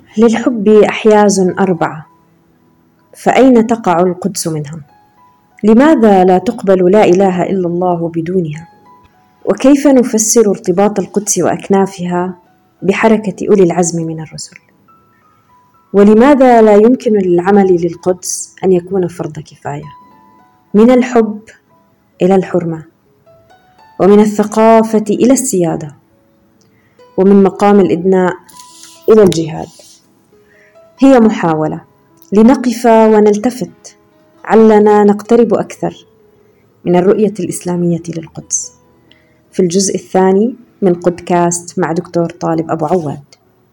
للحب أحياز 4، فأين تقع القدس منها؟ لماذا لا تقبل لا إله إلا الله بدونها؟ وكيف نفسر ارتباط القدس وأكنافها بحركة أولي العزم من الرسل؟ ولماذا لا يمكن للعمل للقدس أن يكون فرض كفاية؟ من الحب إلى الحرمة، ومن الثقافة إلى السيادة، ومن مقام الإدناء إلى الجهاد. هي محاولة لنقف ونلتفت علنا نقترب أكثر من الرؤية الإسلامية للقدس، في الجزء الثاني من بودكاست مع دكتور طالب أبو عواد.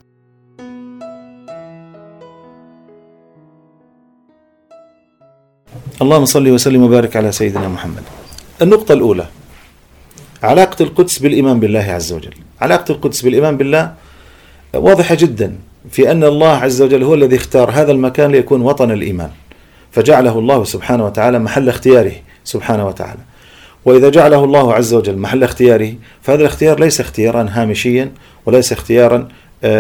اللهم صل وسلم وبارك على سيدنا محمد. النقطة الأولى: علاقة القدس بالإيمان بالله عز وجل. علاقة القدس بالإيمان بالله واضحة جدا، في أن الله عز وجل هو الذي اختار هذا المكان ليكون وطن الإيمان، فجعله الله سبحانه وتعالى محل اختياره سبحانه وتعالى. وإذا جعله الله عز وجل محل اختياره، فهذا الاختيار ليس اختيارا هامشيا، وليس اختيارا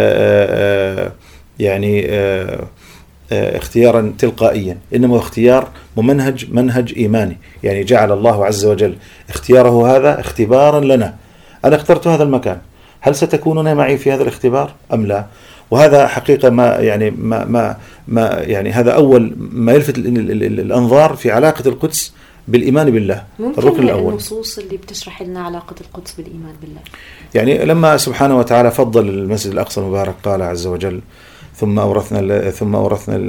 اختيارا تلقائيا، إنما اختيار ممنهج، منهج إيماني. يعني جعل الله عز وجل اختياره هذا اختبارا لنا. أنا اخترت هذا المكان، هل ستكونون معي في هذا الاختبار أم لا؟ وهذا حقيقة ما يعني هذا أول ما يلفت الأنظار في علاقة القدس بالإيمان بالله. الركن الأول، النصوص اللي بتشرح لنا علاقة القدس بالإيمان بالله. يعني لما سبحانه وتعالى فضل المسجد الأقصى المبارك، قال عز وجل: وأورثنا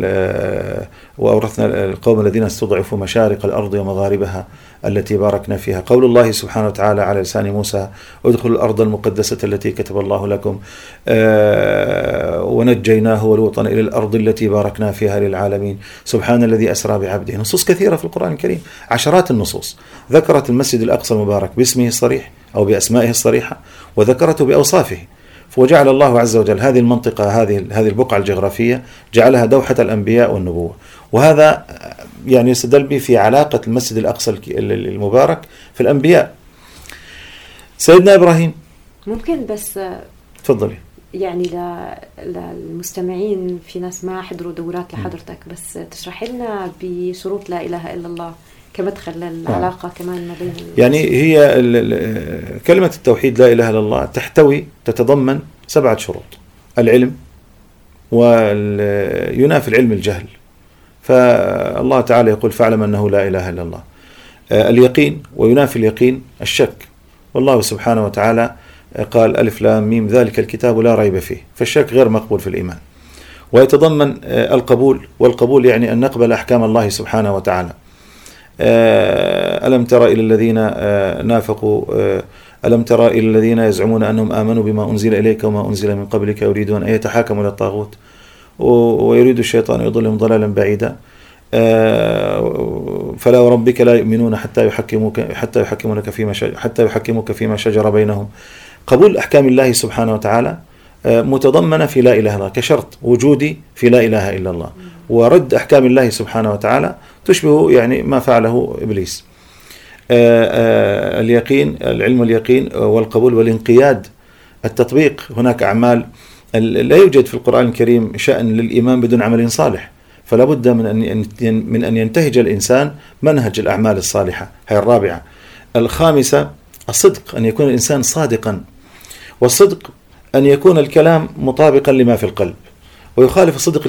القوم الذين استضعفوا مشارق الأرض ومغاربها التي باركنا فيها. قول الله سبحانه وتعالى على لسان موسى: ادخلوا الأرض المقدسة التي كتب الله لكم ونجيناه ولوطا إلى الأرض التي باركنا فيها للعالمين. سبحان الذي أسرى بعبده. نصوص كثيرة في القرآن الكريم، عشرات النصوص ذكرت المسجد الأقصى المبارك باسمه الصريح أو بأسمائه الصريحة، وذكرته بأوصافه. وجعل الله عز وجل هذه المنطقة، هذه البقعة الجغرافية، جعلها دوحة الأنبياء والنبوة. وهذا يعني يستدل به في علاقة المسجد الأقصى المبارك في الأنبياء. سيدنا إبراهيم، ممكن بس تفضلي. يعني للمستمعين، في ناس ما حضروا دورات لحضرتك، بس تشرح لنا بشروط لا إله إلا الله كمدخل للعلاقة كمان ما بين يعني هي كلمة التوحيد لا إله إلا الله تتضمن 7 شروط: العلم، وينافي العلم الجهل، فالله تعالى يقول: فاعلم أنه لا إله إلا الله. اليقين، وينافي اليقين الشك، والله سبحانه وتعالى قال: ألف لام ميم ذلك الكتاب لا ريب فيه، فالشك غير مقبول في الإيمان. ويتضمن القبول، والقبول يعني أن نقبل أحكام الله سبحانه وتعالى. ألم تر إلى الذين نافقوا ألم تر إلى الذين يزعمون أنهم آمنوا بما أنزل إليك وما أنزل من قبلك يريدون أن يتحاكموا إلى الطاغوت ويريد الشيطان يضلهم ضلالا بعيدا. فلا وربك لا يؤمنون حتى يحكموك فيما شجر بينهم. قبول أحكام الله سبحانه وتعالى متضمنة في لا إله إلا الله كشرط وجودي في لا إله إلا الله، ورد أحكام الله سبحانه وتعالى تشبه يعني ما فعله إبليس. اليقين، العلم واليقين والقبول والانقياد، التطبيق. هناك أعمال لا يوجد في القرآن الكريم شأن للإيمان بدون عمل صالح، فلا بد من أن ينتهج الإنسان منهج الأعمال الصالحة. هي الرابعة. الخامسة: الصدق، أن يكون الإنسان صادقا، والصدق أن يكون الكلام مطابقا لما في القلب، ويخالف الصدق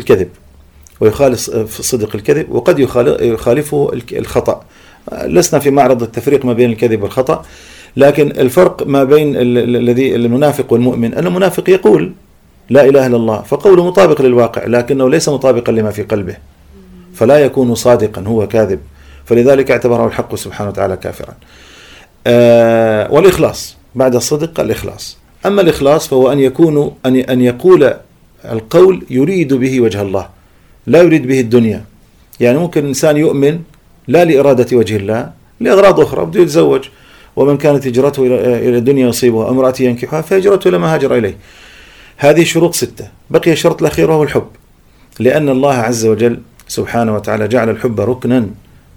الكذب، وقد يخالفه الخطأ. لسنا في معرض التفريق ما بين الكذب والخطأ، لكن الفرق ما بين المنافق والمؤمن أن المنافق يقول لا إله إلا الله، فقوله مطابق للواقع، لكنه ليس مطابقا لما في قلبه، فلا يكون صادقا، هو كاذب، فلذلك اعتبره الحق سبحانه وتعالى كافرا. والإخلاص، بعد الصدق الإخلاص. أما الإخلاص فهو أن يقول القول يريد به وجه الله، لا يريد به الدنيا. يعني ممكن إنسان يؤمن لا لإرادة وجه الله، لأغراض أخرى، بده يتزوج، ومن كانت هجرته إلى الدنيا يصيبها امرأة ينكحها فهجرته إلى ما هاجر إليه. هذه شروط 6. بقي الشرط الأخير وهو الحب، لأن الله عز وجل سبحانه وتعالى جعل الحب ركنا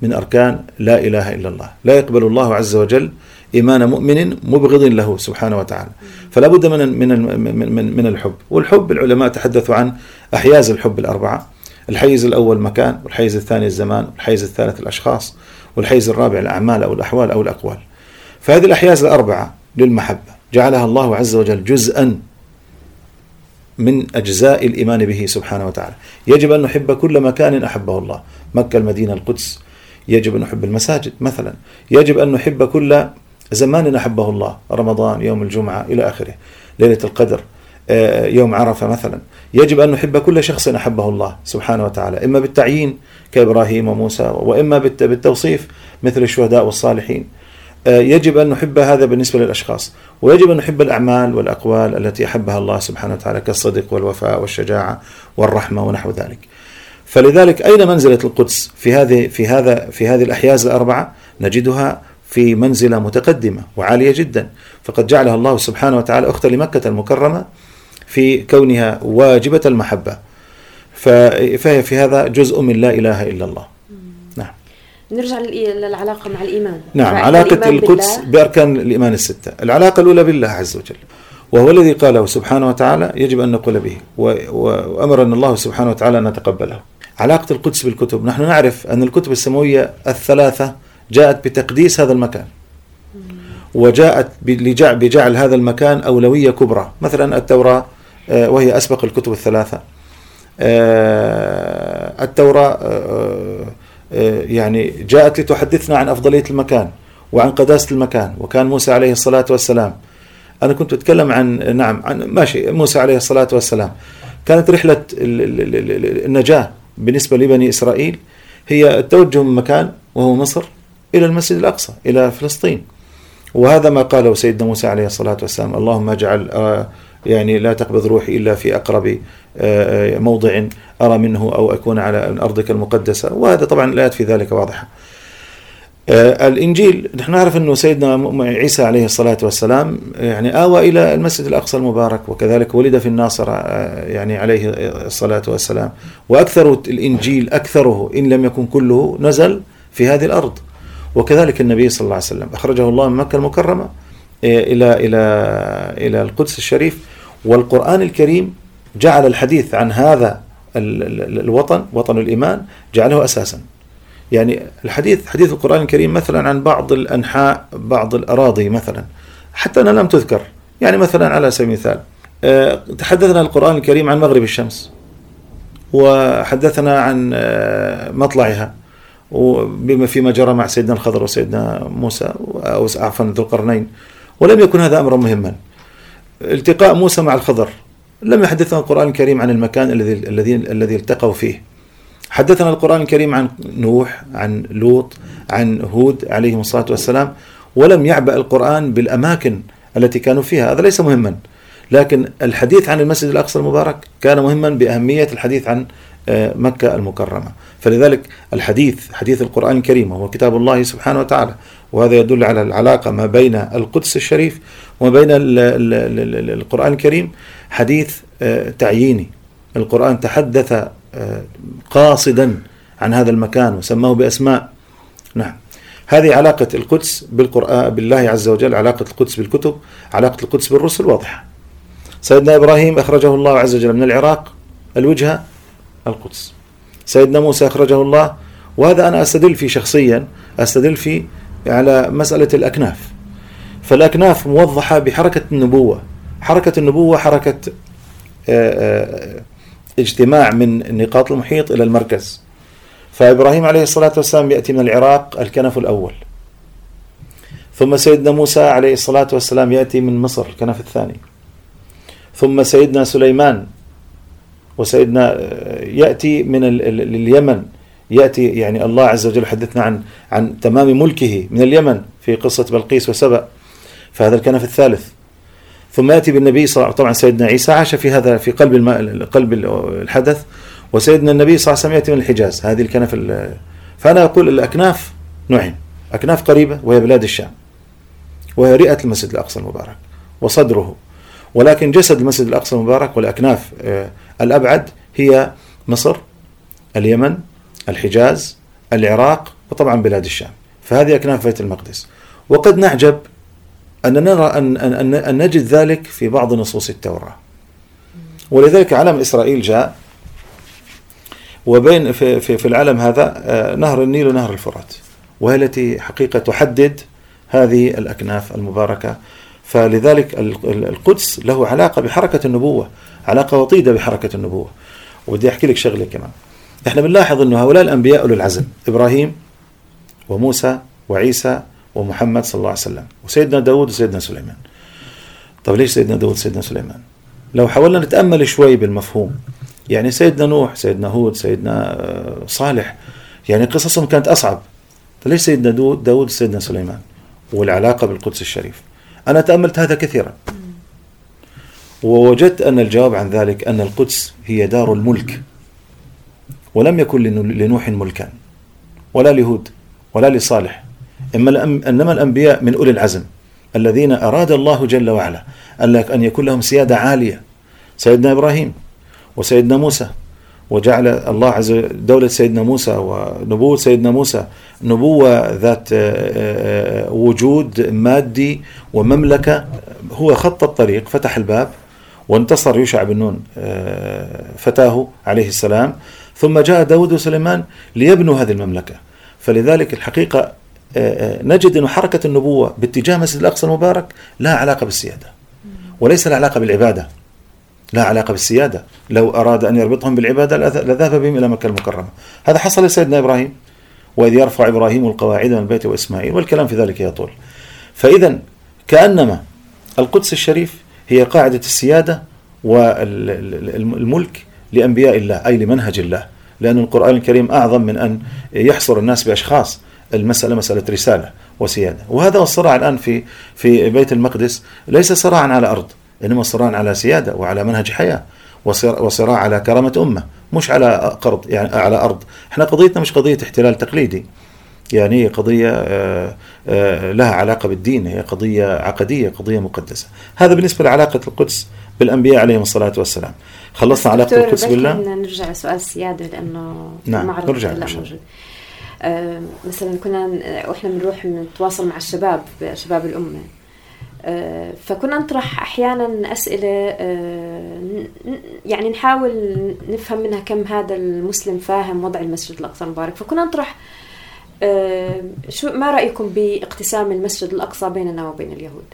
من أركان لا إله إلا الله. لا يقبل الله عز وجل إيمان مؤمن مبغض له سبحانه وتعالى. فلا بد من الحب. والحب العلماء تحدثوا عن أحياز الحب الأربعة. الحيز الأول مكان، والحيز الثاني الزمان، والحيز الثالث الأشخاص، والحيز الرابع الأعمال أو الأحوال أو الأقوال. فهذه الأحياز الأربعة للمحبة جعلها الله عز وجل جزءا من أجزاء الإيمان به سبحانه وتعالى. يجب أن نحب كل مكان أحبه الله، مكة، المدينة، القدس. يجب أن نحب المساجد مثلا. يجب أن نحب كل زمان أحبه الله، رمضان، يوم الجمعة إلى آخره، ليلة القدر، يوم عرفة مثلا. يجب أن نحب كل شخص أحبه الله سبحانه وتعالى، إما بالتعيين كإبراهيم وموسى، وإما بالتوصيف مثل الشهداء والصالحين. يجب أن نحب هذا بالنسبة للأشخاص. ويجب أن نحب الأعمال والأقوال التي أحبها الله سبحانه وتعالى كالصدق والوفاء والشجاعة والرحمة ونحو ذلك. فلذلك أين منزلة القدس في هذه الأحياز الأربعة؟ نجدها في منزلة متقدمة وعالية جدا، فقد جعلها الله سبحانه وتعالى أختا لمكة المكرمة في كونها واجبة المحبة، فهي في هذا جزء من لا إله إلا الله. نعم. نرجع للعلاقة مع الإيمان. نعم، علاقة القدس بأركان الإيمان الستة. العلاقة الأولى بالله عز وجل، وهو الذي قاله سبحانه وتعالى يجب أن نقول به، وأمرنا الله سبحانه وتعالى أن نتقبله. علاقة القدس بالكتب، نحن نعرف أن الكتب السماوية الثلاثة جاءت بتقديس هذا المكان، وجاءت بجعل هذا المكان أولوية كبرى. مثلا التوراة وهي أسبق الكتب الثلاثة. التوراة يعني جاءت لتحدثنا عن أفضلية المكان وعن قداسة المكان. وكان موسى عليه الصلاة والسلام، أنا كنت أتكلم عن موسى عليه الصلاة والسلام، كانت رحلة النجاة بالنسبة لبني إسرائيل هي التوجه من مكان وهو مصر إلى المسجد الأقصى إلى فلسطين. وهذا ما قاله سيدنا موسى عليه الصلاة والسلام: اللهم اجعل يعني لا تقبض روحي إلا في أقرب موضع أرى منه أو أكون على أرضك المقدسة. وهذا طبعا الآيات في ذلك واضحة. الإنجيل نحن نعرف أنه سيدنا عيسى عليه الصلاة والسلام يعني آوى إلى المسجد الأقصى المبارك، وكذلك ولد في الناصرة يعني عليه الصلاة والسلام. وأكثر الإنجيل، أكثره إن لم يكن كله، نزل في هذه الأرض. وكذلك النبي صلى الله عليه وسلم أخرجه الله من مكة المكرمة إلى القدس الشريف. والقرآن الكريم جعل الحديث عن هذا الوطن، وطن الإيمان، جعله أساسا. يعني حديث القرآن الكريم مثلا عن بعض الأنحاء، بعض الأراضي مثلا، حتى أنها لم تذكر. يعني مثلا على سبيل المثال تحدثنا القرآن الكريم عن مغرب الشمس، وحدثنا عن مطلعها، وبما فيما جرى مع سيدنا الخضر وسيدنا موسى أو عفوا ذو القرنين. ولم يكن هذا أمرا مهما. التقاء موسى مع الخضر لم يحدثنا القرآن الكريم عن المكان الذي التقوا فيه. حدثنا القرآن الكريم عن نوح، عن لوط، عن هود عليهم الصلاة والسلام، ولم يعبأ القرآن بالأماكن التي كانوا فيها. هذا ليس مهما، لكن الحديث عن المسجد الأقصى المبارك كان مهما بأهمية الحديث عن مكة المكرمة. فلذلك حديث القرآن الكريم هو كتاب الله سبحانه وتعالى، وهذا يدل على العلاقة ما بين القدس الشريف وما بين القرآن الكريم. حديث تعييني. القرآن تحدث قاصدا عن هذا المكان وسماه بأسماء. نعم، هذه علاقة القدس بالله عز وجل، علاقة القدس بالكتب، علاقة القدس بالرسل واضحة. سيدنا إبراهيم أخرجه الله عز وجل من العراق، الوجهة القدس. سيدنا موسى أخرجه الله، وهذا أنا أستدل فيه شخصيا، أستدل فيه على مسألة الأكناف. فالأكناف موضحة بحركة النبوة. حركة النبوة حركة اجتماع من نقاط المحيط إلى المركز. فإبراهيم عليه الصلاة والسلام يأتي من العراق، الكنف الأول. ثم سيدنا موسى عليه الصلاة والسلام يأتي من مصر، الكنف الثاني. ثم سيدنا سليمان وسيدنا يأتي من اليمن. يأتي يعني الله عز وجل حدثنا عن تمام ملكه من اليمن في قصة بلقيس وسبأ، فهذا الكنف الثالث. ثم يأتي بالنبي صلى الله عليه وسلم. طبعا سيدنا عيسى عاش في هذا في قلب الحدث، وسيدنا النبي صلى الله عليه وسلم يأتي من الحجاز، هذه الكنف. فأنا أقول الأكناف نوعين: أكناف قريبة وهي بلاد الشام، وهي رئة المسجد الأقصى المبارك وصدره. ولكن جسد المسجد الأقصى المبارك والأكناف الأبعد هي مصر، اليمن، الحجاز، العراق وطبعا بلاد الشام. فهذه أكناف بيت المقدس. وقد نعجب أن نرى أن نجد ذلك في بعض نصوص التوراة. ولذلك علم إسرائيل جاء، وبين في العلم هذا نهر النيل ونهر الفرات، وهي التي حقيقة تحدد هذه الأكناف المباركة. فلذلك القدس له علاقة بحركة النبوة، علاقة وطيدة بحركة النبوة. ودي أحكي لك شغلة كمان. إحنا بنلاحظ أنه هؤلاء الأنبياء أولو العزم، إبراهيم وموسى وعيسى ومحمد صلى الله عليه وسلم، وسيدنا داود وسيدنا سليمان. طب ليش سيدنا داود وسيدنا سليمان؟ لو حاولنا نتأمل شوي بالمفهوم، يعني سيدنا نوح، سيدنا هود، سيدنا صالح، يعني قصصهم كانت أصعب. ليش سيدنا داود وسيدنا سليمان؟ والعلاقة بالقدس الشريف. أنا تأملت هذا كثيرا، ووجدت أن الجواب عن ذلك أن القدس هي دار الملك، ولم يكن لنوح ملكا ولا لهود ولا لصالح، إنما الأنبياء من أولي العزم الذين أراد الله جل وعلا أن يكون لهم سيادة عالية. سيدنا إبراهيم وسيدنا موسى، وجعل الله عز وجل دولة سيدنا موسى ونبوة سيدنا موسى نبوة ذات وجود مادي ومملكة. هو خط الطريق، فتح الباب، وانتصر يوشع بن نون فتاه عليه السلام، ثم جاء داود وسليمان ليبنوا هذه المملكة. فلذلك الحقيقة نجد أن حركة النبوة باتجاه مسجد الأقصى المبارك لا علاقة بالسيادة، وليس لها علاقة بالعبادة، لا علاقة بالسيادة. لو أراد أن يربطهم بالعبادة لذهب بهم إلى مكة المكرمة. هذا حصل لسيدنا إبراهيم، وإذ يرفع إبراهيم القواعد من البيت وإسماعيل، والكلام في ذلك يطول. فإذا كأنما القدس الشريف هي قاعدة السيادة والملك لأنبياء الله، أي لمنهج الله، لأن القرآن الكريم أعظم من أن يحصر الناس بأشخاص. المسألة مسألة رسالة وسيادة. وهذا الصراع الآن في بيت المقدس ليس صراعا على أرض، إنما صراع على سيادة وعلى منهج حياة، وصراع على كرامة أمة، مش على قرض، يعني على أرض. احنا قضيتنا مش قضية احتلال تقليدي، يعني قضية لها علاقة بالدين، هي قضية عقدية، قضية مقدسة. هذا بالنسبة لعلاقة القدس بالأنبياء عليهم الصلاة والسلام. خلصنا علاقة القدس بالله. نرجع لسؤال السيادة، لأنه نعم نرجع موجود. مثلا كنا وإحنا بنروح نتواصل مع شباب الأمة، فكنا نطرح أحيانا أسئلة يعني نحاول نفهم منها كم هذا المسلم فاهم وضع المسجد الأقصى المبارك. فكنا نطرح ما رأيكم باقتسام المسجد الأقصى بيننا وبين اليهود؟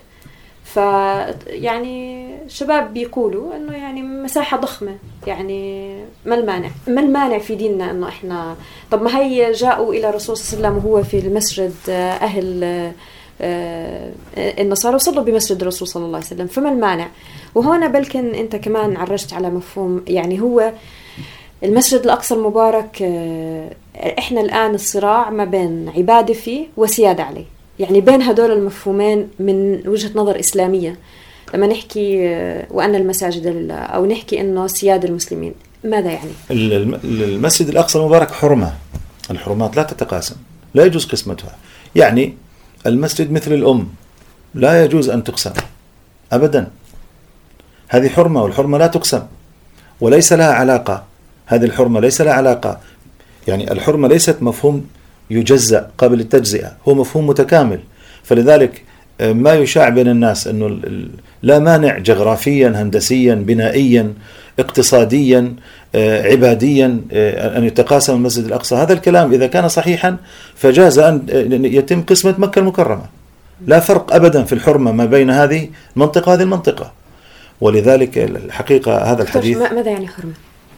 يعني شباب بيقولوا إنه يعني مساحة ضخمة، يعني ما المانع في ديننا إنه إحنا، طب ما هي جاءوا إلى الرسول صلى الله عليه وسلم وهو في المسجد، أهل النصارى وصلوا بمسجد الرسول صلى الله عليه وسلم، فما المانع؟ وهنا بلكن أنت كمان عرجت على مفهوم، يعني هو المسجد الأقصى المبارك إحنا الآن الصراع ما بين عبادة فيه وسيادة عليه، يعني بين هدول المفهومين من وجهة نظر إسلامية. لما نحكي وأن المساجد لله، أو نحكي إنه سيادة المسلمين، ماذا يعني؟ المسجد الأقصى المبارك حرمة، الحرمات لا تتقاسم، لا يجوز قسمتها. يعني المسجد مثل الأم، لا يجوز أن تقسم أبدا. هذه حرمة، والحرمة لا تقسم، وليس لها علاقة. هذه الحرمة ليس لها علاقة، يعني الحرمة ليست مفهوم يجزأ قبل التجزئة، هو مفهوم متكامل. فلذلك ما يشاع بين الناس أنه لا مانع جغرافيا، هندسيا، بنائيا، اقتصاديا، عباديا أن يتقاسم المسجد الأقصى. هذا الكلام إذا كان صحيحا فجاز أن يتم قسمة مكة المكرمة. لا فرق أبدا في الحرمة ما بين هذه المنطقة وهذه المنطقة. ولذلك الحقيقة هذا الحديث، ماذا يعني حرمة؟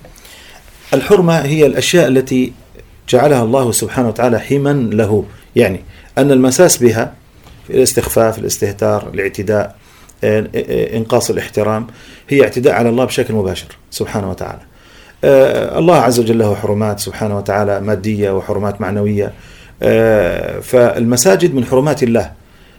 الحرمة هي الأشياء التي جعلها الله سبحانه وتعالى حما له، يعني أن المساس بها في الاستخفاف، الاستهتار، الاعتداء، إنقاص الاحترام، هي اعتداء على الله بشكل مباشر سبحانه وتعالى. الله عز وجل له حرمات سبحانه وتعالى مادية وحرمات معنوية. فالمساجد من حرمات الله،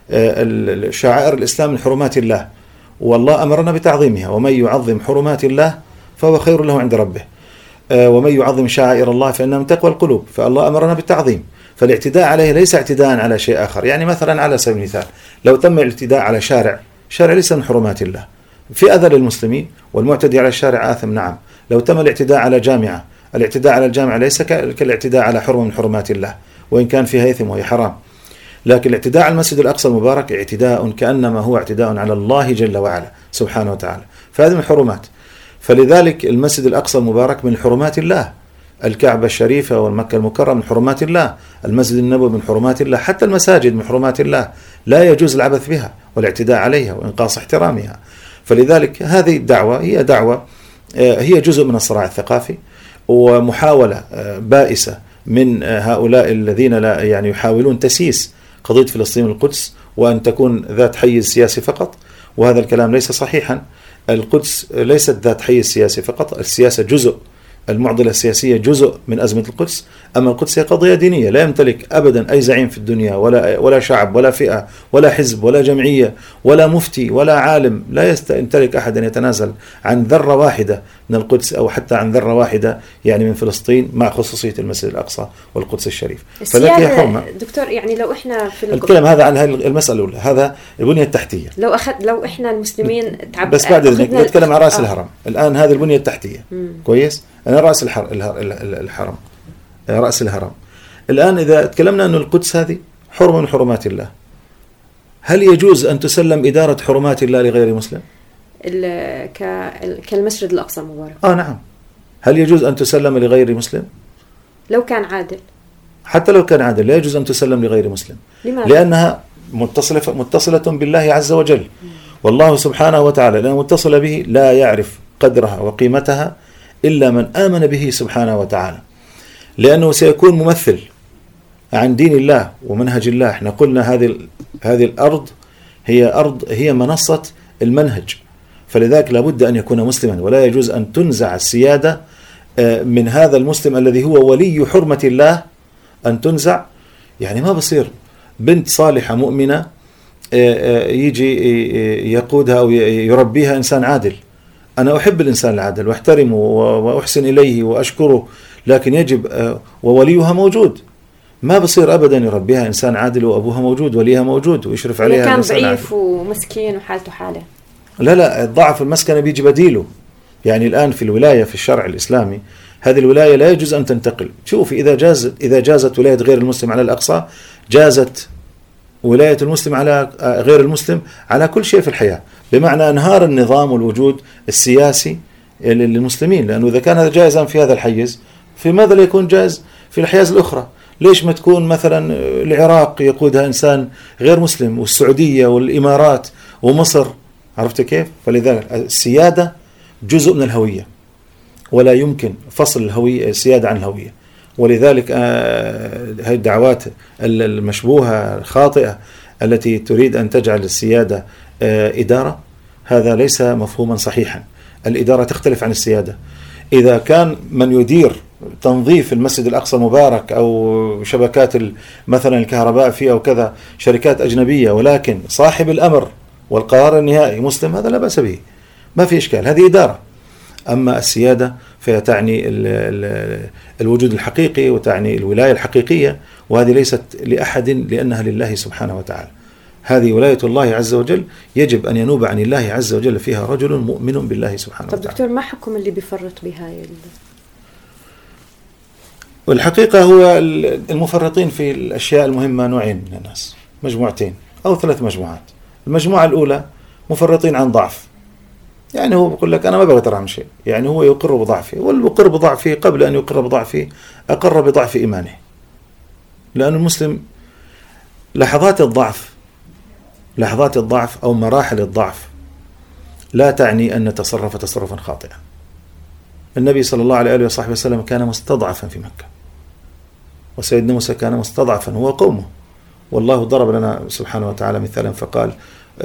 شعائر الإسلام من حرمات الله، والله أمرنا بتعظيمها. ومن يعظم حرمات الله فهو خير له عند ربه، ومن يعظم شعائر الله فإنها من تقوى القلوب. فالله أمرنا بالتعظيم، فالاعتداء عليه ليس اعتداء على شيء آخر. يعني مثلا على سبيل المثال لو تم الاعتداء على شارع ليس من حرمات الله، في أذى للمسلمين، والمعتدي على الشارع آثم، نعم. لو تم الاعتداء على جامعة، الاعتداء على الجامعة ليس كالاعتداء على حرمة من حرمات الله، وإن كان فيها إثم وهي حرام. لكن الاعتداء على المسجد الأقصى المبارك اعتداء كأنما هو اعتداء على الله جل وعلا سبحانه وتعالى، فهذه من الحرمات. فلذلك المسجد الأقصى المبارك من حرمات الله، الكعبة الشريفة والمكة المكرمة من حرمات الله، المسجد النبوي من حرمات الله، حتى المساجد من حرمات الله، لا يجوز العبث بها والاعتداء عليها وإنقاص احترامها. فلذلك هذه الدعوة هي دعوة هي جزء من الصراع الثقافي، ومحاولة بائسة من هؤلاء الذين لا يعني يحاولون تسييس قضية فلسطين والقدس وأن تكون ذات حيز سياسي فقط، وهذا الكلام ليس صحيحا. القدس ليست ذات حيز سياسي فقط، السياسة جزء، المعضلة السياسية جزء من أزمة القدس، أما القدس هي قضية دينية. لا يمتلك أبدا أي زعيم في الدنيا ولا شعب ولا فئة ولا حزب ولا جمعية ولا مفتي ولا عالم، لا يمتلك أحد أن يتنازل عن ذرة واحدة من القدس أو حتى عن ذرة واحدة يعني من فلسطين، مع خصوصية المسجد الأقصى والقدس الشريف. فذلك هي حرمة. دكتور يعني لو إحنا في الكلام هذا عن المسألة الأولى، هذا البنية التحتية. لو إحنا المسلمين بس بعد ذلك نتكلم عن رأس الهرم. الآن هذه البنية التحتية كويس، أنا رأس الحرم، رأس الهرم. الآن إذا تكلمنا أن القدس هذه حرمة من حرمات الله، هل يجوز أن تسلم إدارة حرمات الله لغير مسلم؟ كالمسجد الأقصى المبارك. نعم. هل يجوز أن تسلم لغير مسلم؟ لو كان عادل. حتى لو كان عادل لا يجوز أن تسلم لغير مسلم. لماذا؟ لأنها متصلة بالله عز وجل، والله سبحانه وتعالى لأنه متصل به لا يعرف قدرها وقيمتها إلا من آمن به سبحانه وتعالى، لأنه سيكون ممثل عن دين الله ومنهج الله. احنا قلنا هذه الأرض هي منصة المنهج، فلذلك لابد أن يكون مسلما، ولا يجوز أن تنزع السيادة من هذا المسلم الذي هو ولي حرمة الله، أن تنزع. يعني ما بصير بنت صالحة مؤمنة يجي يقودها أو يربيها إنسان عادل. أنا أحب الإنسان العادل وأحترمه وأحسن إليه وأشكره، لكن يجب ووليها موجود. ما بصير أبدا يربيها إنسان عادل وأبوها موجود وليها موجود ويشرف عليها. كان ضعيف ومسكين وحالته حالة. لا الضعف المسكنة بيجي بديله. يعني الآن في الولاية في الشرع الإسلامي هذه الولاية لا يجوز أن تنتقل. شوف إذا جازت ولاية غير المسلم على الأقصى، جازت ولاية المسلم على غير المسلم على كل شيء في الحياة، بمعنى انهار النظام والوجود السياسي للمسلمين. لأنه إذا كان هذا جائزا في هذا الحيز، في ماذا لا يكون جائز في الحياز الأخرى؟ ليش ما تكون مثلا العراق يقودها إنسان غير مسلم، والسعودية والإمارات ومصر؟ عرفت كيف؟ فلذلك السيادة جزء من الهوية، ولا يمكن فصل السيادة عن الهوية. ولذلك هذه الدعوات المشبوهة الخاطئة التي تريد أن تجعل السيادة إدارة، هذا ليس مفهوما صحيحا. الإدارة تختلف عن السيادة. إذا كان من يدير تنظيف المسجد الأقصى المبارك أو شبكات مثلا الكهرباء فيه أو كذا شركات أجنبية، ولكن صاحب الأمر والقرار النهائي مسلم، هذا لا بأس به، ما في إشكال، هذه إدارة. أما السيادة فهي تعني الوجود الحقيقي وتعني الولاية الحقيقية، وهذه ليست لأحد لأنها لله سبحانه وتعالى. هذه ولاية الله عز وجل، يجب أن ينوب عن الله عز وجل فيها رجل مؤمن بالله سبحانه وتعالى. طب دكتور، ما حكم اللي بيفرط بهاي والحقيقة هو المفرطين في الأشياء المهمة نوعين من الناس، مجموعتين أو 3 مجموعات. المجموعة الأولى مفرطين عن ضعف، يعني هو بيقول لك أنا ما بقدر أعمل شيء، يعني هو يقر بضعفه، والمقر بضعفه قبل أن يقر بضعفه أقر بضعف إيمانه. لأن المسلم لحظات الضعف أو مراحل الضعف لا تعني أن نتصرف تصرفا خاطئا. النبي صلى الله عليه وصحبه وسلم كان مستضعفا في مكة، وسيدنا موسى كان مستضعفا هو قومه، والله ضرب لنا سبحانه وتعالى مثالا فقال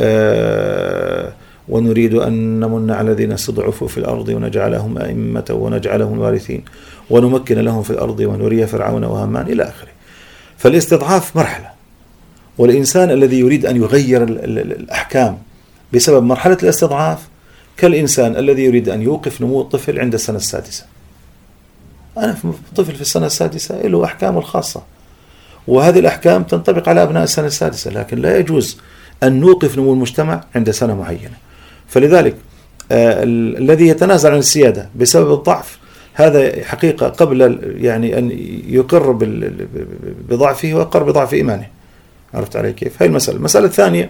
ونريد أن نمن على الذين استضعفوا في الأرض ونجعلهم أئمة ونجعلهم وارثين ونمكن لهم في الأرض ونري فرعون وهامان إلى آخره. فالاستضعاف مرحلة، والإنسان الذي يريد أن يغير الأحكام بسبب مرحلة الاستضعاف كالإنسان الذي يريد أن يوقف نمو الطفل عند السنة السادسة. أنا طفل في السنة السادسة له أحكام الخاصة، وهذه الأحكام تنطبق على أبناء السنة السادسة، لكن لا يجوز أن نوقف نمو المجتمع عند سنة معينة. فلذلك الذي يتنازل عن السيادة بسبب الضعف هذا حقيقة قبل يعني أن يقر بضعفه ويقر بضعف إيمانه. عرفت علي كيف؟ هاي المسألة الثانية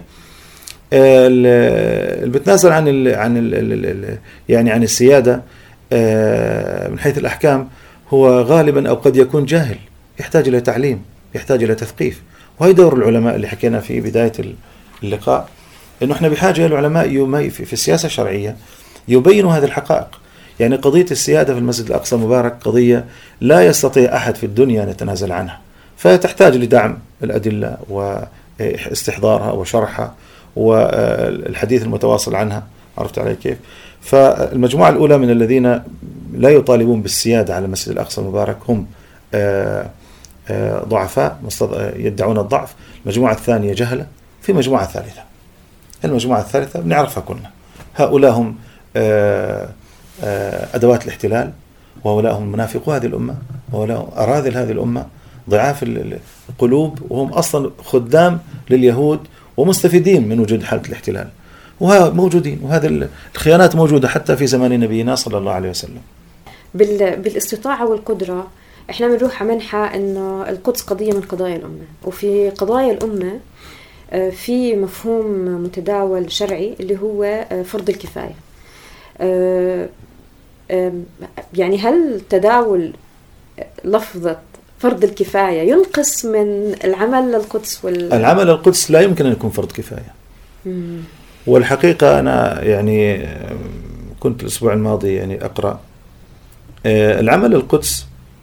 اللي بتنازل عن السيادة من حيث الأحكام هو غالبا أو قد يكون جاهل، يحتاج إلى تعليم، يحتاج إلى تثقيف. وهي دور العلماء اللي حكينا في بداية اللقاء، إنه إحنا بحاجة إلى العلماء في السياسة الشرعية يبينوا هذه الحقائق. يعني قضية السيادة في المسجد الأقصى المبارك قضية لا يستطيع أحد في الدنيا أن يتنازل عنها، فتحتاج لدعم الأدلة واستحضارها وشرحها والحديث المتواصل عنها. عرفت علي كيف؟ فالمجموعة الأولى من الذين لا يطالبون بالسيادة على المسجد الأقصى المبارك هم ضعفاء يدعون الضعف. المجموعة الثانية جهلة. في مجموعة ثالثة، المجموعة الثالثة بنعرفها كلنا، هؤلاء هم أدوات الاحتلال، وهؤلاء هم منافقو هذه الأمة، وهؤلاء أراذل هذه الأمة، ضعاف القلوب، وهم أصلا خدام لليهود ومستفيدين من وجود حالة الاحتلال، وها موجودين. وهذه الخيانات موجودة حتى في زمان نبينا صلى الله عليه وسلم. بالاستطاعة والقدرة احنا بنروح منحى انه القدس قضية من قضايا الأمة، وفي قضايا الأمة في مفهوم متداول شرعي اللي هو فرض الكفاية. يعني هل تداول لفظة فرض الكفاية ينقص من العمل للقدس؟ العمل للقدس لا يمكن أن يكون فرض كفاية. والحقيقة أنا يعني كنت الأسبوع الماضي يعني أقرأ العمل للقدس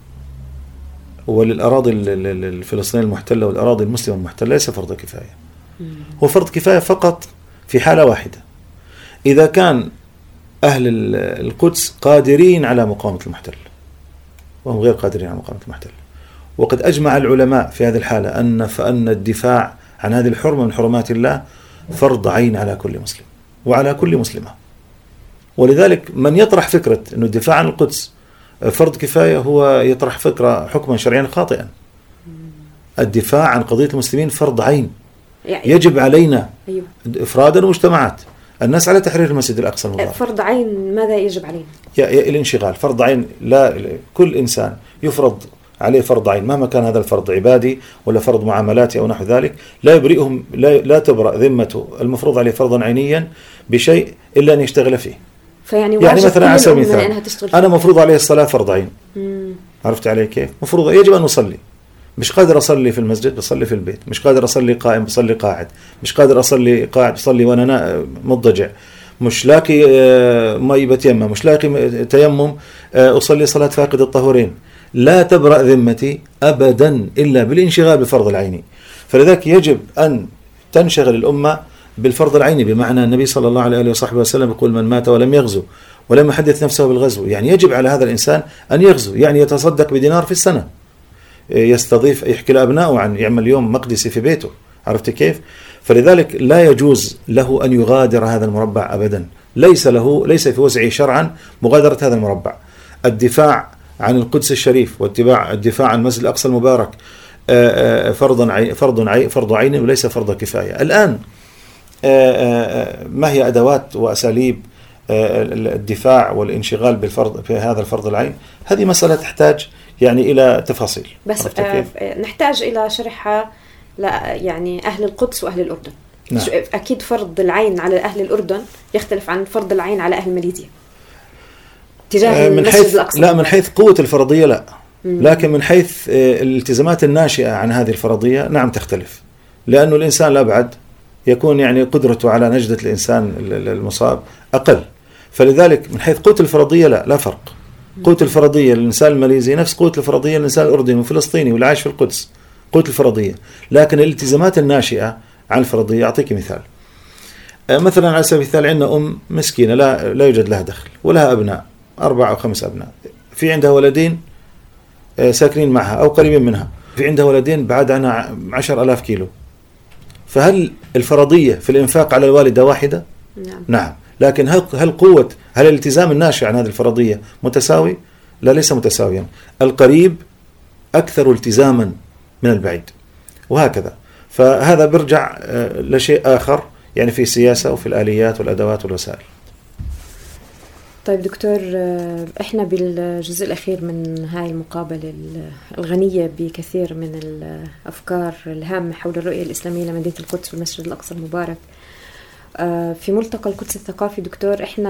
وللأراضي الفلسطينية المحتلة والأراضي المسلمة المحتلة ليس فرض كفاية. هو فرض كفاية فقط في حالة واحدة، إذا كان أهل القدس قادرين على مقاومة المحتل وهم غير قادرين على مقاومة المحتل. وقد أجمع العلماء في هذه الحالة فأن الدفاع عن هذه الحرمة من حرمات الله فرض عين على كل مسلم وعلى كل مسلمة. ولذلك من يطرح فكرة أن الدفاع عن القدس فرض كفاية هو يطرح فكرة حكما شرعيا خاطئا. الدفاع عن قضية المسلمين فرض عين يجب علينا إفرادا ومجتمعات الناس على تحرير المسجد الأقصى المبارك. فرض عين ماذا يجب علينا؟ الانشغال. فرض عين لا كل إنسان يفرض عليه فرض عين مهما كان هذا الفرض عبادي ولا فرض معاملاتي أو نحو ذلك، لا يبرئهم لا تبرأ ذمته المفروض عليه فرضا عينيا بشيء إلا أن يشتغل فيه. يعني مثلا على سبيل المثال أنا مفروض عليه الصلاة فرض عين. عرفت علي كيف؟ مفروض يجب أن نصلي. مش قادر أصلي في المسجد بصلي في البيت، مش قادر أصلي قائم بصلي قاعد، مش قادر أصلي قاعد بصلي وأنا مضجع، مش لاقي مي بتيمم، مش لاقي تيمم أصلي صلاة فاقد الطهورين. لا تبرأ ذمتي أبدا إلا بالانشغال بفرض العين. فلذلك يجب أن تنشغل الأمة بالفرض العيني، بمعنى النبي صلى الله عليه وصحبه وسلم يقول من مات ولم يغزو ولم يحدث نفسه بالغزو، يعني يجب على هذا الإنسان أن يغزو، يعني يتصدق بدينار في السنة، يستضيف يحكي لأبنائه عن يعمل يوم مقدسي في بيته. عرفت كيف؟ فلذلك لا يجوز له أن يغادر هذا المربع أبدا، ليس في وسعه شرعا مغادرة هذا المربع. الدفاع عن القدس الشريف والدفاع عن المسجد الأقصى المبارك فرض عين وليس فرض كفاية. الآن ما هي أدوات وأساليب الدفاع والانشغال بالفرض في هذا الفرض العين؟ هذه مسألة تحتاج يعني إلى تفاصيل، بس نحتاج إلى شرحها يعني أهل القدس وأهل الأردن. نعم. أكيد فرض العين على أهل الأردن يختلف عن فرض العين على أهل ماليزيا تجاه المسجد الأقصى. لا، من حيث قوة الفرضية لا، لكن من حيث الالتزامات الناشئة عن هذه الفرضية نعم تختلف، لأنه الإنسان الأبعد يكون يعني قدرته على نجدة الإنسان المصاب أقل. فلذلك من حيث قوة الفرضية لا فرق. قوة الفرضية للإنسان الماليزي نفس قوة الفرضية للإنسان الأردني والفلسطيني واللي عايش في القدس، قوة الفرضية. لكن الالتزامات الناشئة عن الفرضية، أعطيك مثال. مثلا على سبيل المثال عندنا مسكينة لا يوجد لها دخل ولها أبناء 4 أو 5 أبناء، في عندها ولدين ساكنين معها أو قريبين منها، في عندها ولدين بعد عنها 10,000 كيلو. فهل الفرضية في الإنفاق على الوالدة واحدة؟ نعم. لكن هل الالتزام الناشئ عن هذه الفرضية متساوي؟ لا، ليس متساويا. القريب أكثر التزاما من البعيد، وهكذا. فهذا برجع لشيء آخر يعني في السياسة وفي الآليات والأدوات والوسائل. طيب دكتور، احنا بالجزء الأخير من هاي المقابلة الغنية بكثير من الأفكار الهامة حول الرؤية الإسلامية لمدينة القدس والمسجد الأقصى المبارك، في ملتقى القدس الثقافي دكتور، احنا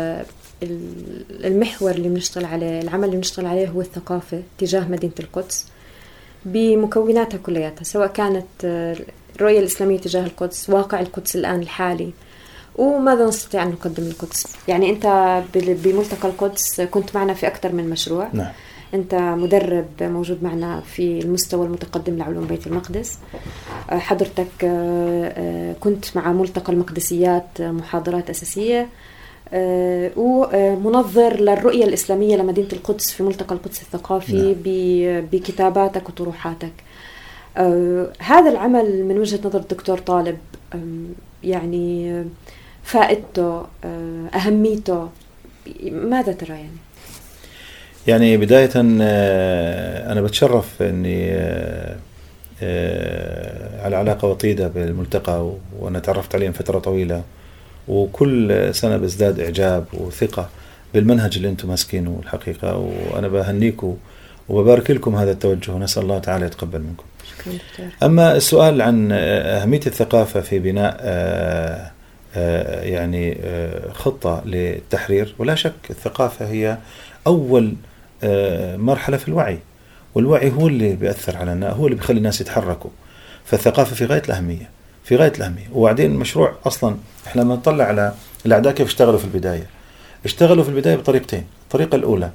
المحور اللي بنشتغل عليه، العمل اللي بنشتغل عليه هو الثقافة تجاه مدينة القدس بمكوناتها كلياتها، سواء كانت الرؤية الإسلامية تجاه القدس، واقع القدس الآن الحالي، وماذا نستطيع أن نقدم للقدس. يعني أنت بملتقى القدس كنت معنا في أكثر من مشروع. نعم. أنت مدرب موجود معنا في المستوى المتقدم لعلوم بيت المقدس. حضرتك كنت مع ملتقى المقدسيات محاضرات أساسية، ومنظر للرؤية الإسلامية لمدينة القدس في ملتقى القدس الثقافي. نعم. بكتاباتك وطروحاتك. هذا العمل من وجهة نظر الدكتور طالب يعني فائدته، أهميته، ماذا ترى؟ يعني بداية أنا بتشرف أني على علاقة وطيدة بالملتقى، وأنا تعرفت عليه فترة طويلة، وكل سنة بزداد إعجاب وثقة بالمنهج اللي أنتم ماسكينه الحقيقة، وأنا بهنيكم وببارك لكم هذا التوجه، ونسأل الله تعالى يتقبل منكم. أما السؤال عن أهمية الثقافة في بناء يعني خطة للتحرير، ولا شك الثقافة هي أول مرحلة في الوعي، والوعي هو اللي بيأثر على الناس، هو اللي بيخلي الناس يتحركوا. فالثقافة في غاية الأهمية، في غاية الأهمية. وبعدين المشروع أصلا إحنا لما نطلع على الأعداء كيف اشتغلوا في البداية، اشتغلوا في البداية بطريقتين. الطريقة الأولى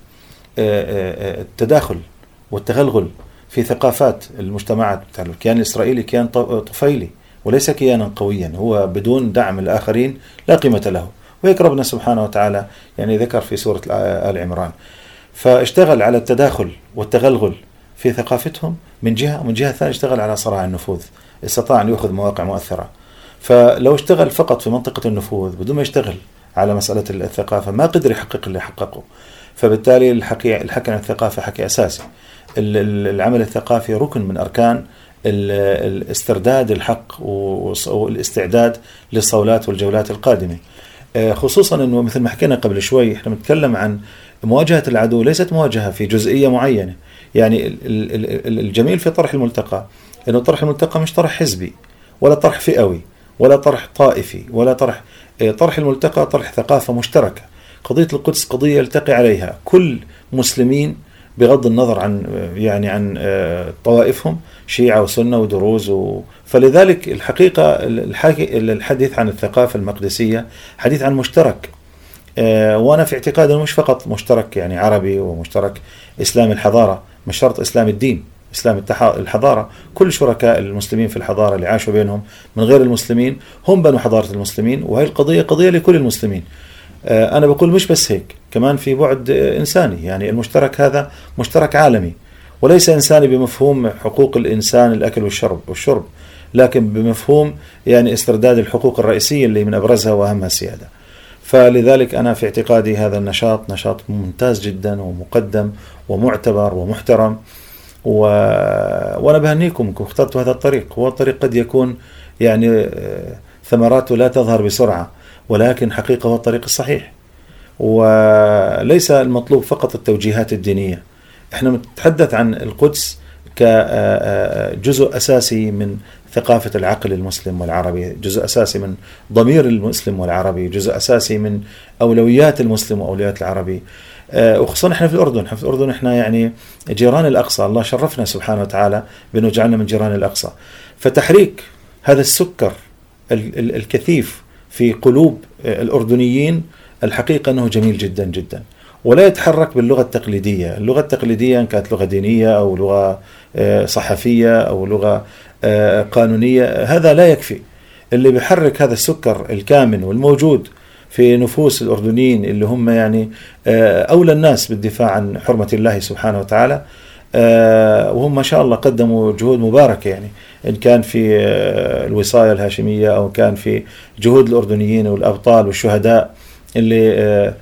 التداخل والتغلغل في ثقافات المجتمعات. الكيان الإسرائيلي كيان طفيلي وليس كيانا قويا، هو بدون دعم الآخرين لا قيمة له، وهيك ربنا سبحانه وتعالى يعني ذكر في سورة آل عمران. فاشتغل على التداخل والتغلغل في ثقافتهم من جهة، ومن جهة ثانية اشتغل على صراع النفوذ، استطاع أن يأخذ مواقع مؤثرة. فلو اشتغل فقط في منطقة النفوذ بدون ما يشتغل على مسألة الثقافة ما قدر يحقق اللي حققه. فبالتالي الحكي عن الثقافة حكي أساسي. العمل الثقافي ركن من أركان الاسترداد الحق والاستعداد للصولات والجولات القادمة، خصوصا أنه مثل ما حكينا قبل شوي احنا بنتكلم عن مواجهة العدو، ليست مواجهة في جزئية معينة. يعني الجميل في طرح الملتقى أنه طرح الملتقى مش طرح حزبي ولا طرح فئوي ولا طرح طائفي ولا طرح الملتقى طرح ثقافة مشتركة. قضية القدس قضية يلتقي عليها كل مسلمين بغض النظر عن طوائفهم، شيعة وسنة ودروز فلذلك الحقيقة الحديث عن الثقافة المقدسية حديث عن مشترك. وأنا في اعتقادي مش فقط مشترك يعني عربي ومشترك إسلام الحضارة، مش شرط إسلام الدين، إسلام الحضارة. كل شركاء المسلمين في الحضارة اللي عاشوا بينهم من غير المسلمين هم بنوا حضارة المسلمين، وهي القضية قضية لكل المسلمين. أنا بقول مش بس هيك، كمان في بعد إنساني. يعني المشترك هذا مشترك عالمي، وليس إنساني بمفهوم حقوق الإنسان الأكل والشرب، لكن بمفهوم يعني استرداد الحقوق الرئيسية اللي من أبرزها وأهمها السيادة. فلذلك أنا في اعتقادي هذا النشاط نشاط ممتاز جدا ومقدم ومعتبر ومحترم، وأنا بهنيكم انكم اخترتوا هذا الطريق. هو الطريق قد يكون يعني ثمراته لا تظهر بسرعة، ولكن حقيقة هو الطريق الصحيح، وليس المطلوب فقط التوجيهات الدينية. احنا نتحدث عن القدس كجزء أساسي من ثقافة العقل المسلم والعربي، جزء أساسي من ضمير المسلم والعربي، جزء أساسي من أولويات المسلم وأولويات العربي. وخصوصا احنا في الأردن احنا يعني جيران الأقصى، الله شرفنا سبحانه وتعالى بأنه جعلنا من جيران الأقصى. فتحريك هذا السكر الكثيف في قلوب الأردنيين الحقيقة أنه جميل جدا جدا، ولا يتحرك باللغة التقليدية. اللغة التقليدية إن كانت لغة دينية أو لغة صحفية أو لغة قانونية هذا لا يكفي. اللي بيحرك هذا السكر الكامن والموجود في نفوس الأردنيين اللي هم يعني أولى الناس بالدفاع عن حرمة الله سبحانه وتعالى، وهم ما شاء الله قدموا جهود مباركة، يعني إن كان في الوصاية الهاشمية أو كان في جهود الأردنيين والأبطال والشهداء اللي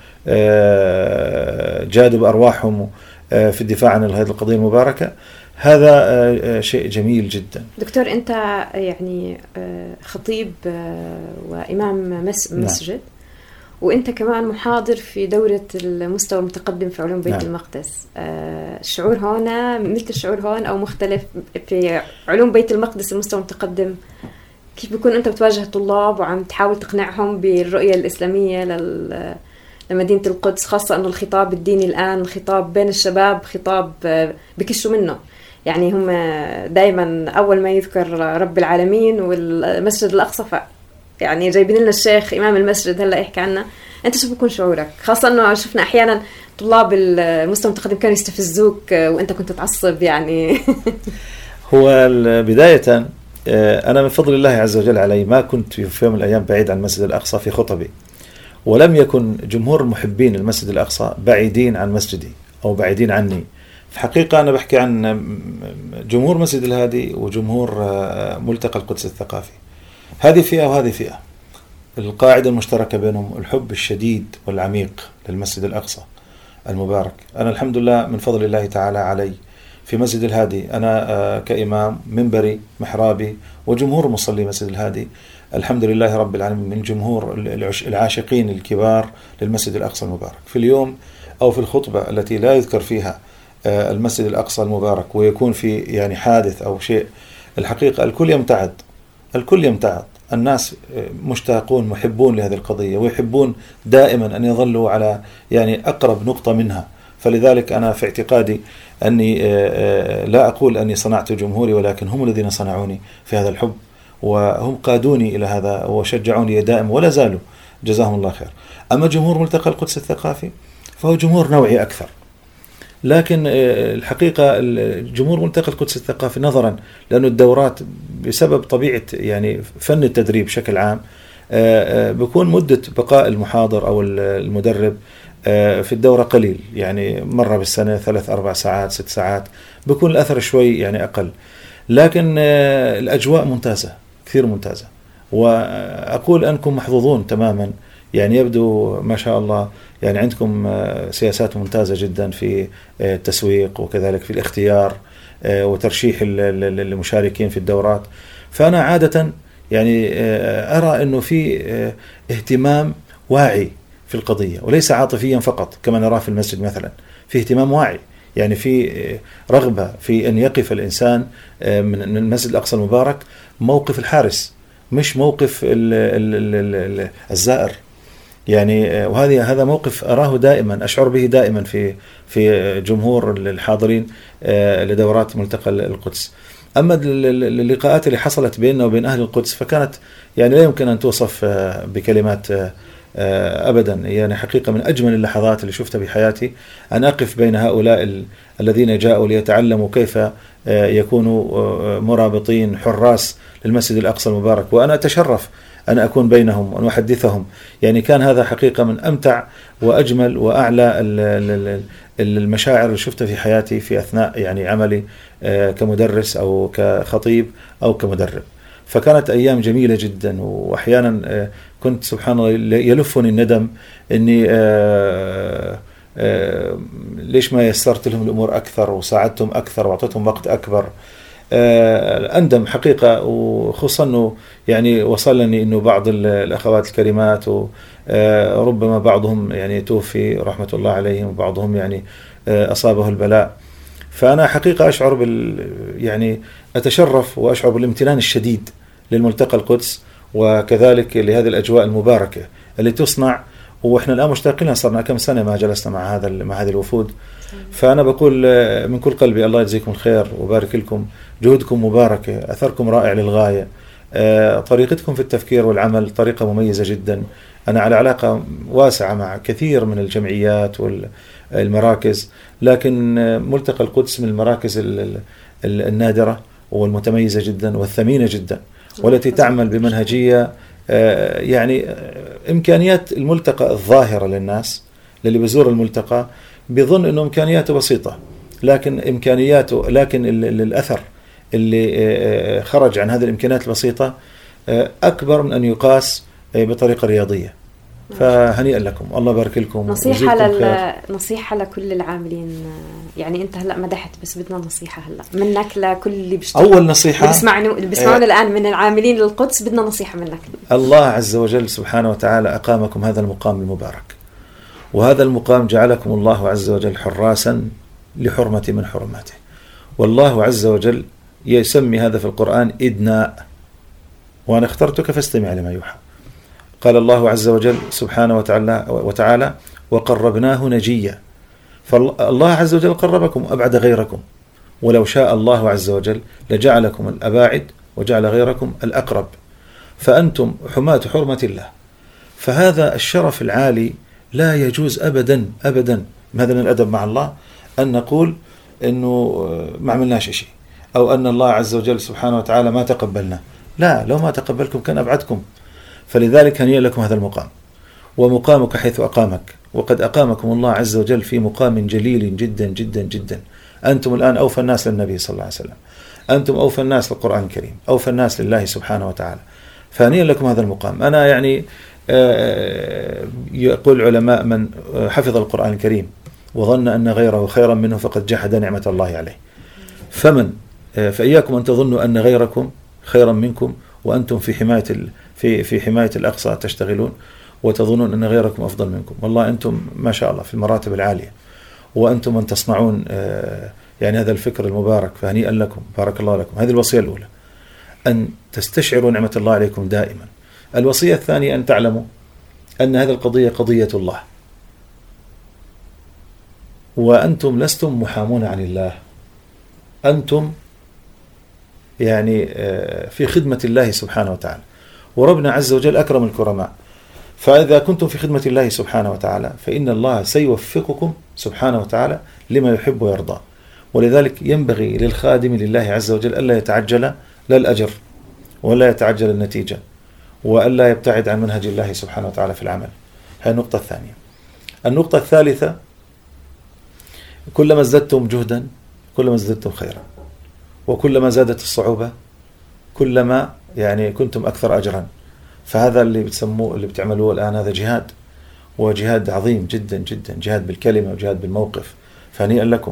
جادوا بأرواحهم في الدفاع عن هذه القضية المباركة. هذا شيء جميل جدا. دكتور، أنت يعني خطيب وإمام مسجد، وانت كمان محاضر في دورة المستوى المتقدم في علوم بيت المقدس. الشعور هون مثل الشعور هون او مختلف؟ في علوم بيت المقدس المستوى المتقدم كيف بيكون انت بتواجه الطلاب وعم تحاول تقنعهم بالرؤية الإسلامية لمدينة القدس، خاصة انه الخطاب الديني الآن خطاب بين الشباب، خطاب بكشوا منه، يعني هم دايما اول ما يذكر رب العالمين والمسجد الأقصى يعني جايبين لنا الشيخ إمام المسجد هلا يحكي عنه. أنت شو بيكون شعورك؟ خاصة إنه شفنا أحيانا طلاب المستوى المتقدم كانوا يستفزوك وأنت كنت تعصب يعني. هو بداية أنا من فضل الله عز وجل علي ما كنت في يوم من الأيام بعيد عن المسجد الأقصى في خطبي، ولم يكن جمهور المحبين المسجد الأقصى بعيدين عن مسجدي أو بعيدين عني. في حقيقة أنا بحكي عن جمهور مسجد الهادي وجمهور ملتقى القدس الثقافي، هذه فئة وهذه فئة. القاعدة المشتركة بينهم الحب الشديد والعميق للمسجد الأقصى المبارك. أنا الحمد لله من فضل الله تعالى علي في مسجد الهادي، أنا كإمام منبري محرابي وجمهور مصلي مسجد الهادي الحمد لله رب العالمين من جمهور العاشقين الكبار للمسجد الأقصى المبارك. في اليوم أو في الخطبة التي لا يذكر فيها المسجد الأقصى المبارك ويكون في يعني حادث أو شيء، الحقيقة الكل يمتعض، الناس مشتاقون محبون لهذه القضية ويحبون دائما أن يظلوا على يعني أقرب نقطة منها. فلذلك أنا في اعتقادي أني لا أقول أني صنعت جمهوري، ولكن هم الذين صنعوني في هذا الحب وهم قادوني إلى هذا وشجعوني دائما ولا زالوا جزاهم الله خير. أما جمهور ملتقى القدس الثقافي فهو جمهور نوعي أكثر، لكن الحقيقة جمهور ملتقى القدس الثقافي نظرا لأن الدورات بسبب طبيعة يعني فن التدريب بشكل عام بيكون مدة بقاء المحاضر أو المدرب في الدورة قليل، يعني مرة بالسنة 3-4 ساعات 6 ساعات، بيكون الأثر شوي يعني أقل، لكن الأجواء ممتازة كثير ممتازة. وأقول أنكم محظوظون تماما، يعني يبدو ما شاء الله يعني عندكم سياسات ممتازة جدا في التسويق وكذلك في الاختيار وترشيح المشاركين في الدورات. فأنا عادة يعني أرى أنه في اهتمام واعي في القضية وليس عاطفيا فقط كما نرى في المسجد مثلا، في اهتمام واعي، يعني في رغبة في أن يقف الإنسان من المسجد الأقصى المبارك موقف الحارس مش موقف الزائر، يعني هذا موقف أراه دائما أشعر به دائما في جمهور الحاضرين لدورات ملتقى القدس. أما اللقاءات اللي حصلت بيننا وبين أهل القدس فكانت يعني لا يمكن أن توصف بكلمات أبدا، يعني حقيقة من أجمل اللحظات اللي شفتها بحياتي أن أقف بين هؤلاء الذين جاءوا ليتعلموا كيف يكونوا مرابطين حراس للمسجد الأقصى المبارك، وأنا أتشرف أن أكون بينهم وأن أحدثهم. يعني كان هذا حقيقة من أمتع وأجمل وأعلى المشاعر اللي شفتها في حياتي في أثناء يعني عملي كمدرس أو كخطيب أو كمدرب. فكانت أيام جميلة جدا، وأحيانا كنت سبحان الله يلفني الندم أني ليش ما يسرت لهم الأمور أكثر وساعدتهم أكثر وأعطيتهم وقت أكبر. أندم حقيقة، وخصوصا أنه يعني وصلني أنه بعض الأخوات الكريمات وربما بعضهم يعني توفي رحمة الله عليهم وبعضهم يعني أصابه البلاء. فأنا حقيقة أشعر يعني أتشرف وأشعر بالامتنان الشديد للملتقى القدس وكذلك لهذه الأجواء المباركة اللي تصنع، وإحنا الآن مشتاقين لها، صرنا كم سنة ما جلسنا مع هذه الوفود. فأنا بقول من كل قلبي الله يجزيكم الخير وبارك لكم، جهودكم مباركة، أثركم رائع للغاية، طريقتكم في التفكير والعمل طريقة مميزة جدا. أنا على علاقة واسعة مع كثير من الجمعيات والمراكز، لكن ملتقى القدس من المراكز النادرة والمتميزة جدا والثمينة جدا، والتي تعمل بمنهجية يعني إمكانيات الملتقى الظاهرة للناس للي بيزور الملتقى بيظن إنه إمكانياته بسيطة، لكن الأثر اللي خرج عن هذه الإمكانيات البسيطة أكبر من أن يقاس بطريقة رياضية. فهنيئا لكم، الله بارك لكم. نصيحة لكل العاملين. يعني أنت هلأ مدحت، بس بدنا نصيحة هلأ منك لكل اللي بيشتغل. أول نصيحة اللي بيسمعون الآن من العاملين للقدس، بدنا نصيحة منك. الله عز وجل سبحانه وتعالى أقامكم هذا المقام المبارك، وهذا المقام جعلكم الله عز وجل حراسا لحرمة من حرماته. والله عز وجل يسمي هذا في القرآن إدناء، وأنا اخترتك فاستمع لما يوحى. قال الله عز وجل سبحانه وتعالى وقربناه نجيا. فالله عز وجل قربكم أبعد غيركم، ولو شاء الله عز وجل لجعلكم الأباعد وجعل غيركم الأقرب، فأنتم حماة حرمة الله. فهذا الشرف العالي لا يجوز أبدا أبدا هذا من الأدب مع الله أن نقول أنه ما عملناش شيء، أو أن الله عز وجل سبحانه وتعالى ما تقبلنا. لا، لو ما تقبلكم كان أبعدكم. فلذلك هنيئا لكم هذا المقام، ومقامك حيث أقامك، وقد أقامكم الله عز وجل في مقام جليل جدا جدا جدا. أنتم الآن أوفى الناس للنبي صلى الله عليه وسلم، أنتم أوفى الناس للقرآن الكريم، أوفى الناس لله سبحانه وتعالى. فهنيئا لكم هذا المقام. أنا يعني يقول العلماء من حفظ القرآن الكريم وظن أن غيره خيرا منه فقد جحد نعمة الله عليه. فإياكم أن تظنوا أن غيركم خيرا منكم وأنتم في حماية الأقصى تشتغلون، وتظنون أن غيركم أفضل منكم. والله أنتم ما شاء الله في المراتب العالية، وأنتم من تصنعون يعني هذا الفكر المبارك. فهنيئا لكم، بارك الله لكم. هذه الوصية الأولى، أن تستشعروا نعمة الله عليكم دائما. الوصية الثانية أن تعلموا أن هذه القضية قضية الله، وأنتم لستم محامون عن الله، أنتم يعني في خدمة الله سبحانه وتعالى، وربنا عز وجل أكرم الكرماء. فإذا كنتم في خدمة الله سبحانه وتعالى فإن الله سيوفقكم سبحانه وتعالى لما يحب ويرضى. ولذلك ينبغي للخادم لله عز وجل ألا يتعجل لا الأجر ولا يتعجل النتيجة، وألا يبتعد عن منهج الله سبحانه وتعالى في العمل. هذه النقطة الثانية. النقطة الثالثة، كلما ازددتم جهدا كلما ازددتم خيرا، وكلما زادت الصعوبة كلما يعني كنتم أكثر أجرا. فهذا اللي بتسموه اللي بتعملوه الآن هذا جهاد، وجهاد عظيم جدا جدا، جهاد بالكلمة وجهاد بالموقف. فهنيئا لكم،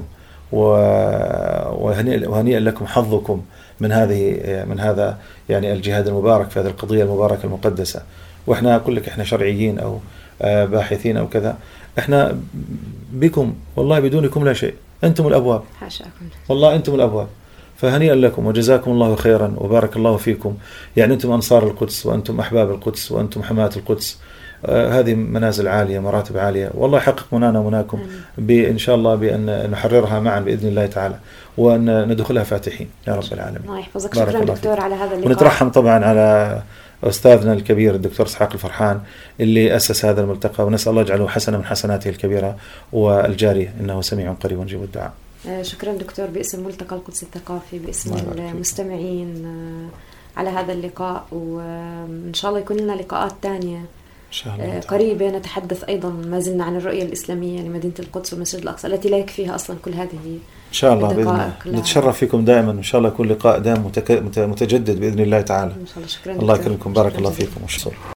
وهنيئا لكم حظكم من هذا يعني الجهاد المبارك في هذه القضية المباركة المقدسة. وإحنا أقول لك إحنا شرعيين أو باحثين أو كذا، إحنا بكم والله، بدونكم لا شيء. أنتم الأبواب، حاشاكم والله أنتم الأبواب. فهنيئا لكم وجزاكم الله خيرا وبارك الله فيكم. يعني أنتم أنصار القدس، وأنتم أحباب القدس، وأنتم حماة القدس. هذه منازل عالية، مراتب عالية، والله يحقق منانا ومناكم إن شاء الله بأن نحررها معا بإذن الله تعالى، وأن ندخلها فاتحين يا رب العالمين. الله يحفظك. شكرا دكتور على هذا اللقاء. ونترحم طبعا على أستاذنا الكبير الدكتور إسحاق الفرحان اللي أسس هذا الملتقى، ونسأل الله يجعله حسنة من حسناته الكبيرة والجارية، إنه سميع قريب مجيب الدعاء. شكرا دكتور باسم ملتقى القدس الثقافي، باسم المستمعين على هذا اللقاء، وإن شاء الله يكون لنا لقاءات تانية قريبة نتحدث أيضا ما زلنا عن الرؤية الإسلامية لمدينة القدس والمسجد الأقصى التي لا يكفيها أصلا كل هذه. إن شاء الله بإذن الله نتشرف فيكم دائما، إن شاء الله يكون لقاء دائم متجدد بإذن الله تعالى. إن شاء الله. شكرا الله يكرمكم، بارك الله فيكم.